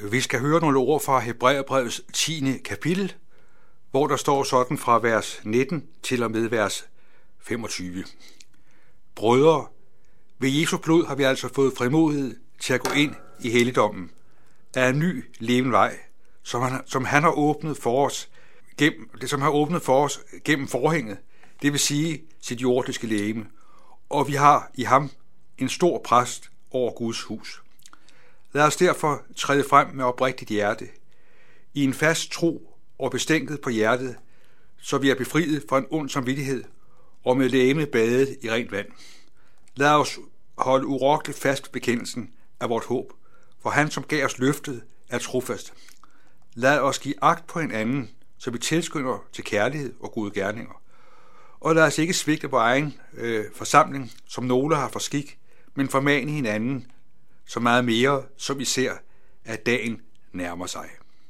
Vi skal høre nogle ord fra Hebræerbrevets 10. kapitel, hvor der står sådan fra vers 19 til og med vers 25. Brødre, ved Jesu blod har vi altså fået frimodighed til at gå ind i helligdommen af en ny levende vej, som han har åbnet for os gennem forhænget, det vil sige sit jordiske legeme, og vi har i ham en stor præst over Guds hus. Lad os derfor træde frem med oprigtigt hjerte, i en fast tro og bestænket på hjertet, så vi er befriet fra en ond samvittighed og med legeme badet i rent vand. Lad os holde urokkeligt fast ved bekendelsen af vort håb, for han, som gav os løftet, er trofast. Lad os give agt på hinanden, så vi tilskynder til kærlighed og gode gerninger. Og lad os ikke svigte på egen forsamling, som nogle har for skik, men formane hinanden så meget mere, som vi ser, at dagen nærmer sig.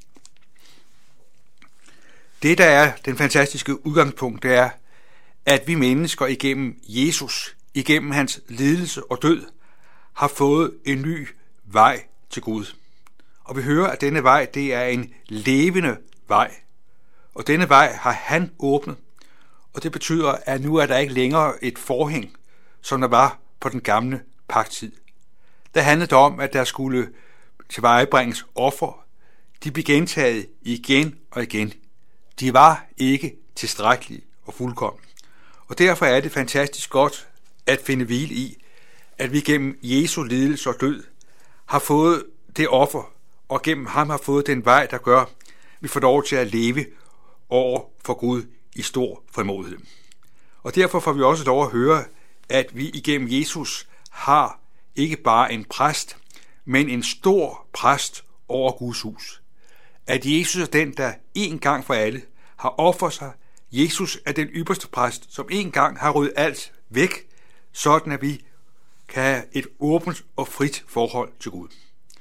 Det, der er den fantastiske udgangspunkt, det er, at vi mennesker igennem Jesus, igennem hans lidelse og død, har fået en ny vej til Gud. Og vi hører, at denne vej, det er en levende vej. Og denne vej har han åbnet. Og det betyder, at nu er der ikke længere et forhæng, som der var på den gamle pagttid. Der handlede om, at der skulle tilvejebringes offer. De blev gentaget igen og igen. De var ikke tilstrækkelige og fuldkomne. Og derfor er det fantastisk godt at finde hvile i, at vi gennem Jesu lidelse og død har fået det offer, og gennem ham har fået den vej, der gør, at vi får lov til at leve over for Gud i stor frimodighed. Og derfor får vi også lov at høre, at vi igennem Jesus har ikke bare en præst, men en stor præst over Guds hus. At Jesus er den, der en gang for alle har offret sig. Jesus er den ypperste præst, som en gang har ryddet alt væk, sådan at vi kan have et åbent og frit forhold til Gud.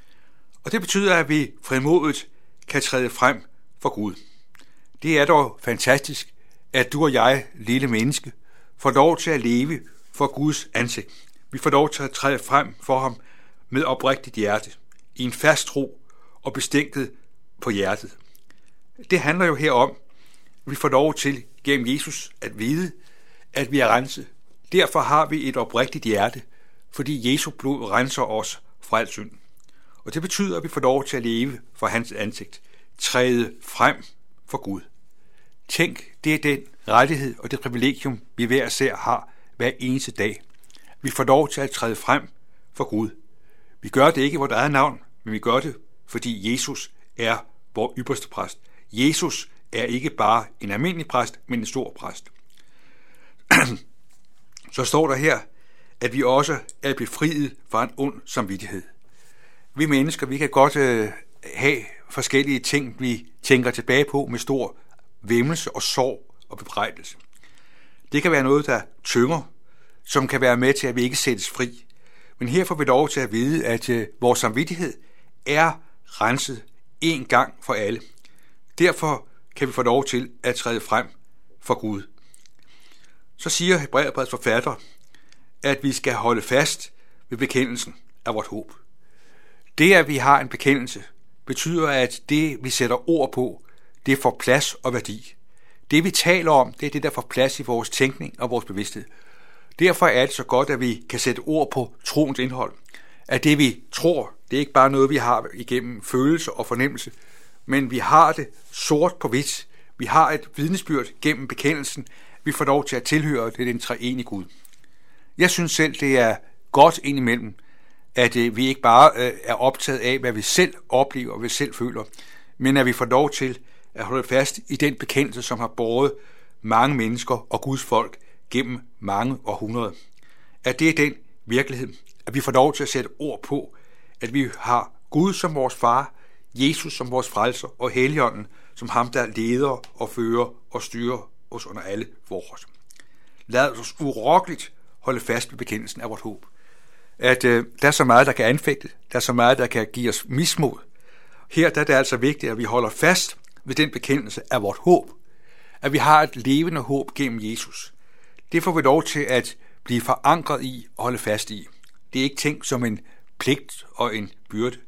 Og det betyder, at vi frimodigt kan træde frem for Gud. Det er dog fantastisk, at du og jeg, lille menneske, får lov til at leve for Guds ansigt. Vi får lov til at træde frem for ham med oprigtigt hjerte, i en fast tro og bestænket på hjertet. Det handler jo herom, at vi får lov til gennem Jesus at vide, at vi er renset. Derfor har vi et oprigtigt hjerte, fordi Jesu blod renser os fra al synd. Og det betyder, at vi får lov til at leve for hans ansigt, træde frem for Gud. Tænk, det er den rettighed og det privilegium, vi hver især har hver eneste dag. Vi får lov til at træde frem for Gud. Vi gør det ikke i vores eget navn, men vi gør det, fordi Jesus er vores ypperste præst. Jesus er ikke bare en almindelig præst, men en stor præst. Så står der her, at vi også er befriet fra en ond samvittighed. Vi mennesker, vi kan godt have forskellige ting, vi tænker tilbage på med stor væmmelse og sorg og bebrejdelse. Det kan være noget, der tynger, som kan være med til, at vi ikke sættes fri. Men her får vi lov til at vide, at vores samvittighed er renset en gang for alle. Derfor kan vi få lov til at træde frem for Gud. Så siger Hebræerbrevets forfatter, at vi skal holde fast ved bekendelsen af vort håb. Det, at vi har en bekendelse, betyder, at det, vi sætter ord på, det får plads og værdi. Det, vi taler om, det er det, der får plads i vores tænkning og vores bevidsthed. Derfor er det så godt, at vi kan sætte ord på troens indhold. At det, vi tror, det er ikke bare noget, vi har igennem følelse og fornemmelse, men vi har det sort på hvidt. Vi har et vidnesbyrd gennem bekendelsen. Vi får lov til at tilhøre det den treenige Gud. Jeg synes selv, det er godt indimellem, at vi ikke bare er optaget af, hvad vi selv oplever og hvad vi selv føler, men at vi får lov til at holde fast i den bekendelse, som har båret mange mennesker og Guds folk gennem mange århundreder. At det er den virkelighed, at vi får lov til at sætte ord på, at vi har Gud som vores far, Jesus som vores frelser og Helligånden som ham, der leder og fører og styrer os under alle forhold. Lad os urokkeligt holde fast ved bekendelsen af vort håb. At der er så meget, der kan anfægte, der er så meget, der kan give os mismod. Her der er det altså vigtigt, at vi holder fast ved den bekendelse af vort håb. At vi har et levende håb gennem Jesus. Det får vi lov til at blive forankret i og holde fast i. Det er ikke tænkt som en pligt og en byrde,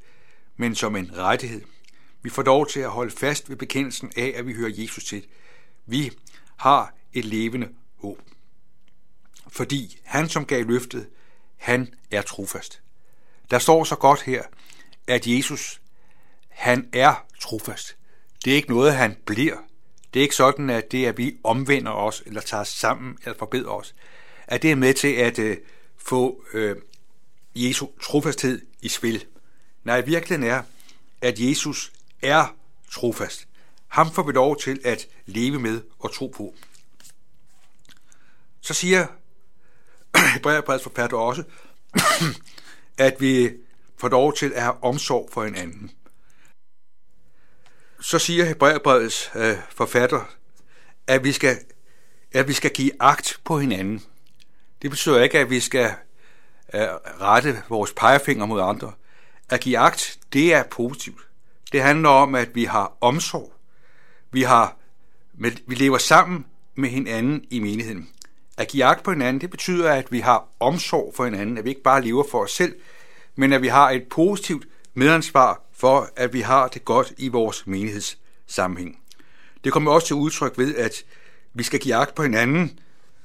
men som en rettighed. Vi får lov til at holde fast ved bekendelsen af, at vi hører Jesus til. Vi har et levende håb. Fordi han, som gav løftet, han er trofast. Der står så godt her, at Jesus, han er trofast. Det er ikke noget, han bliver. Det er ikke sådan, at det er, at vi omvender os, eller tager os sammen, eller forbedrer os. At det er med til at få Jesu trofasthed i spil. Nej, virkeligheden er, at Jesus er trofast. Ham får vi lov til at leve med og tro på. Så siger Hebræerbrevets forfatter også, at vi får lov til at have omsorg for hinanden. Så siger Hebræerbrevets forfatter, at vi skal give agt på hinanden. Det betyder ikke, at vi skal rette vores pegefinger mod andre. At give agt, det er positivt. Det handler om, at vi har omsorg. Vi lever sammen med hinanden i menigheden. At give agt på hinanden, det betyder, at vi har omsorg for hinanden. At vi ikke bare lever for os selv, men at vi har et positivt medansvar for, at vi har det godt i vores menighedssammenhæng. Det kommer også til udtryk ved, at vi skal give agt på hinanden,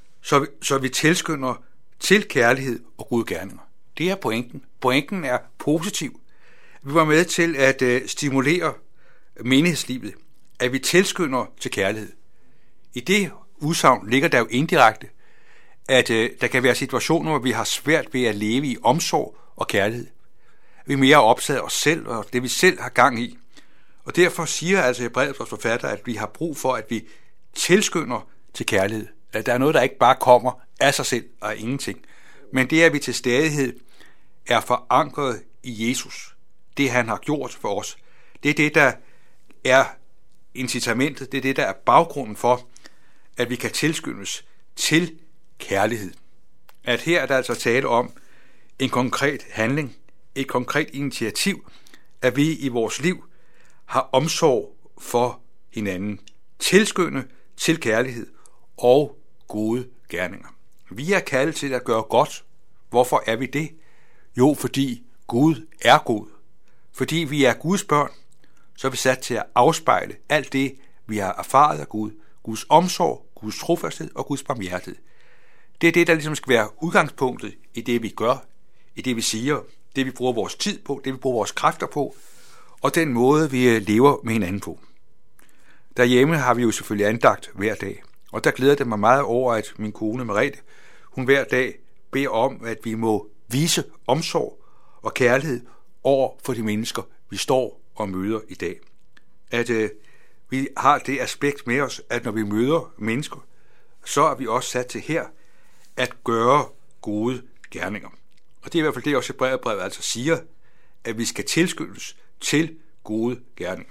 så vi tilskynder til kærlighed og gode gerninger. Det er pointen. Pointen er positiv. Vi var med til at stimulere menighedslivet, at vi tilskynder til kærlighed. I det udsagn ligger der jo indirekte, at der kan være situationer, hvor vi har svært ved at leve i omsorg og kærlighed. Vi er mere optaget af os selv og det, vi selv har gang i. Og derfor siger altså Hebræerbrevets forfatter, at vi har brug for, at vi tilskynder til kærlighed. At der er noget, der ikke bare kommer af sig selv og af ingenting. Men det, at vi til stadighed er forankret i Jesus. Det, han har gjort for os. Det er det, der er incitamentet. Det er det, der er baggrunden for, at vi kan tilskyndes til kærlighed. At her er der altså tale om en konkret handling, et konkret initiativ, at vi i vores liv har omsorg for hinanden, tilskynde til kærlighed og gode gerninger. Vi er kaldet til at gøre godt. Hvorfor er vi det? Jo, fordi Gud er god. Fordi vi er Guds børn, så er vi sat til at afspejle alt det, vi har erfaret af Gud. Guds omsorg, Guds trofasthed og Guds barmhjertighed. Det er det, der ligesom skal være udgangspunktet i det, vi gør, i det, vi siger, det, vi bruger vores tid på, det, vi bruger vores kræfter på, og den måde, vi lever med hinanden på. Derhjemme har vi jo selvfølgelig andagt hver dag, og der glæder det mig meget over, at min kone Merete, hun hver dag beder om, at vi må vise omsorg og kærlighed over for de mennesker, vi står og møder i dag. At vi har det aspekt med os, at når vi møder mennesker, så er vi også sat til her at gøre gode gerninger. Og det er i hvert fald det, også Hebræerbrevet altså siger, at vi skal tilskyndes til gode gerninger.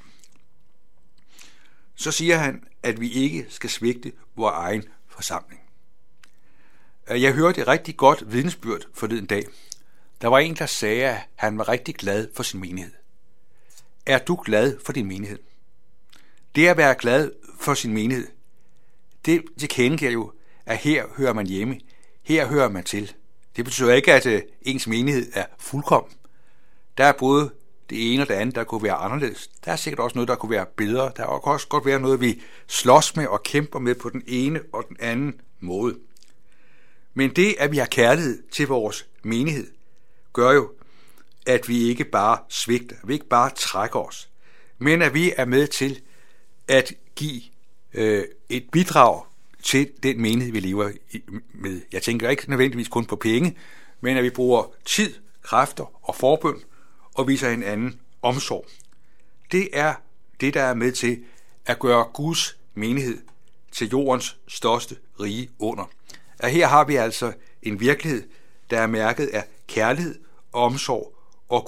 Så siger han, at vi ikke skal svigte vores egen forsamling. Jeg hørte et rigtig godt vidnesbyrd forleden dag. Der var en, der sagde, at han var rigtig glad for sin menighed. Er du glad for din menighed? Det at være glad for sin menighed, det tilkendegiver jo, at her hører man hjemme, her hører man til. Det betyder ikke, at ens menighed er fuldkommen. Der er både det ene og det andet, der kunne være anderledes. Der er sikkert også noget, der kunne være bedre. Der kan også godt være noget, vi slås med og kæmper med på den ene og den anden måde. Men det, at vi har kærlighed til vores menighed, gør jo, at vi ikke bare svigter, at vi ikke bare trækker os, men at vi er med til at give et bidrag til den menighed, vi lever med. Jeg tænker ikke nødvendigvis kun på penge, men at vi bruger tid, kræfter og forbøn og viser hinanden omsorg. Det er det, der er med til at gøre Guds menighed til jordens største rige under. Og her har vi altså en virkelighed, der er mærket af kærlighed, omsorg og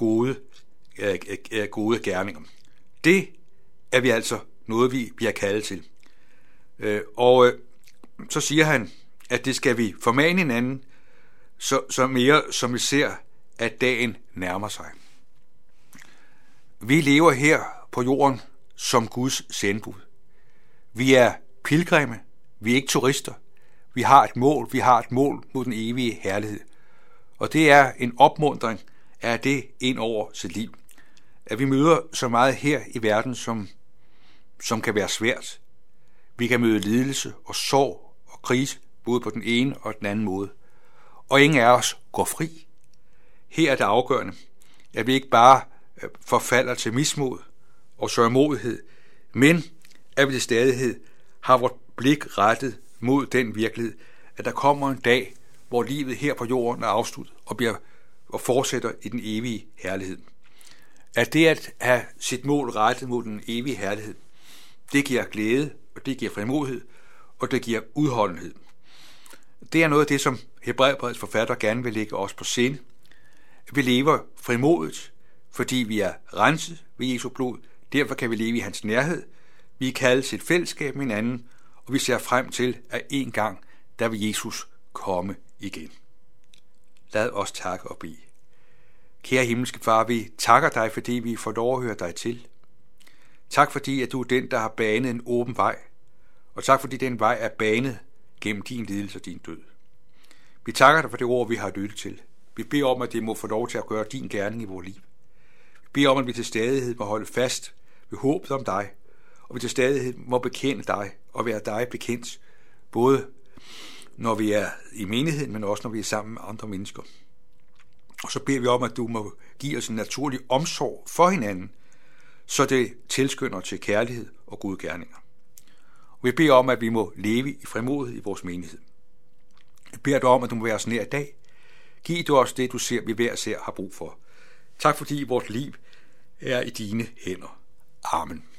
gode gerninger. Det er vi altså noget, vi bliver kaldet til. Og så siger han, at det skal vi formane hinanden, så mere som vi ser, at dagen nærmer sig. Vi lever her på jorden som Guds sendebud. Vi er pilgrimme, vi er ikke turister. Vi har et mål mod den evige herlighed. Og det er en opmuntring af det ind over sit liv. at vi møder så meget her i verden, som kan være svært. Vi kan møde lidelse og sorg og krise, både på den ene og den anden måde. Og ingen af os går fri. Her er det afgørende, at vi ikke bare forfalder til mismod og sørgmodighed, men at vi til stadighed har vores blik rettet mod den virkelighed, at der kommer en dag, hvor livet her på jorden er afsluttet og fortsætter i den evige herlighed. At det at have sit mål rettet mod den evige herlighed, det giver glæde, og det giver frimodighed, og det giver udholdenhed. Det er noget af det, som Hebræerbrevets forfatter gerne vil lægge os på sinde. Vi lever frimodigt, fordi vi er renset ved Jesu blod. Derfor kan vi leve i hans nærhed. Vi er kaldet til et fællesskab med hinanden, og vi ser frem til, at en gang, der vil Jesus komme igen. Lad os takke og bede. Kære himmelske far, vi takker dig, fordi vi får lov at høre dig til. Tak fordi, at du er den, der har banet en åben vej. Og tak fordi den vej er banet gennem din lidelse og din død. Vi takker dig for det ord, vi har lyttet til. Vi beder om, at det må få lov til at gøre din gerning i vores liv. Vi beder om, at vi til stadighed må holde fast ved håbet om dig, og vi til stadighed må bekende dig og være dig bekendt, både når vi er i menigheden, men også når vi er sammen med andre mennesker. Og så beder vi om, at du må give os en naturlig omsorg for hinanden, så det tilskynder til kærlighed og gode gerninger. Og vi beder om, at vi må leve i frimodighed i vores menighed. Jeg beder dig om, at du må være os nær i dag. Giv du os det, du ser, vi hver ser har brug for. Tak fordi vores liv er i dine hænder. Amen.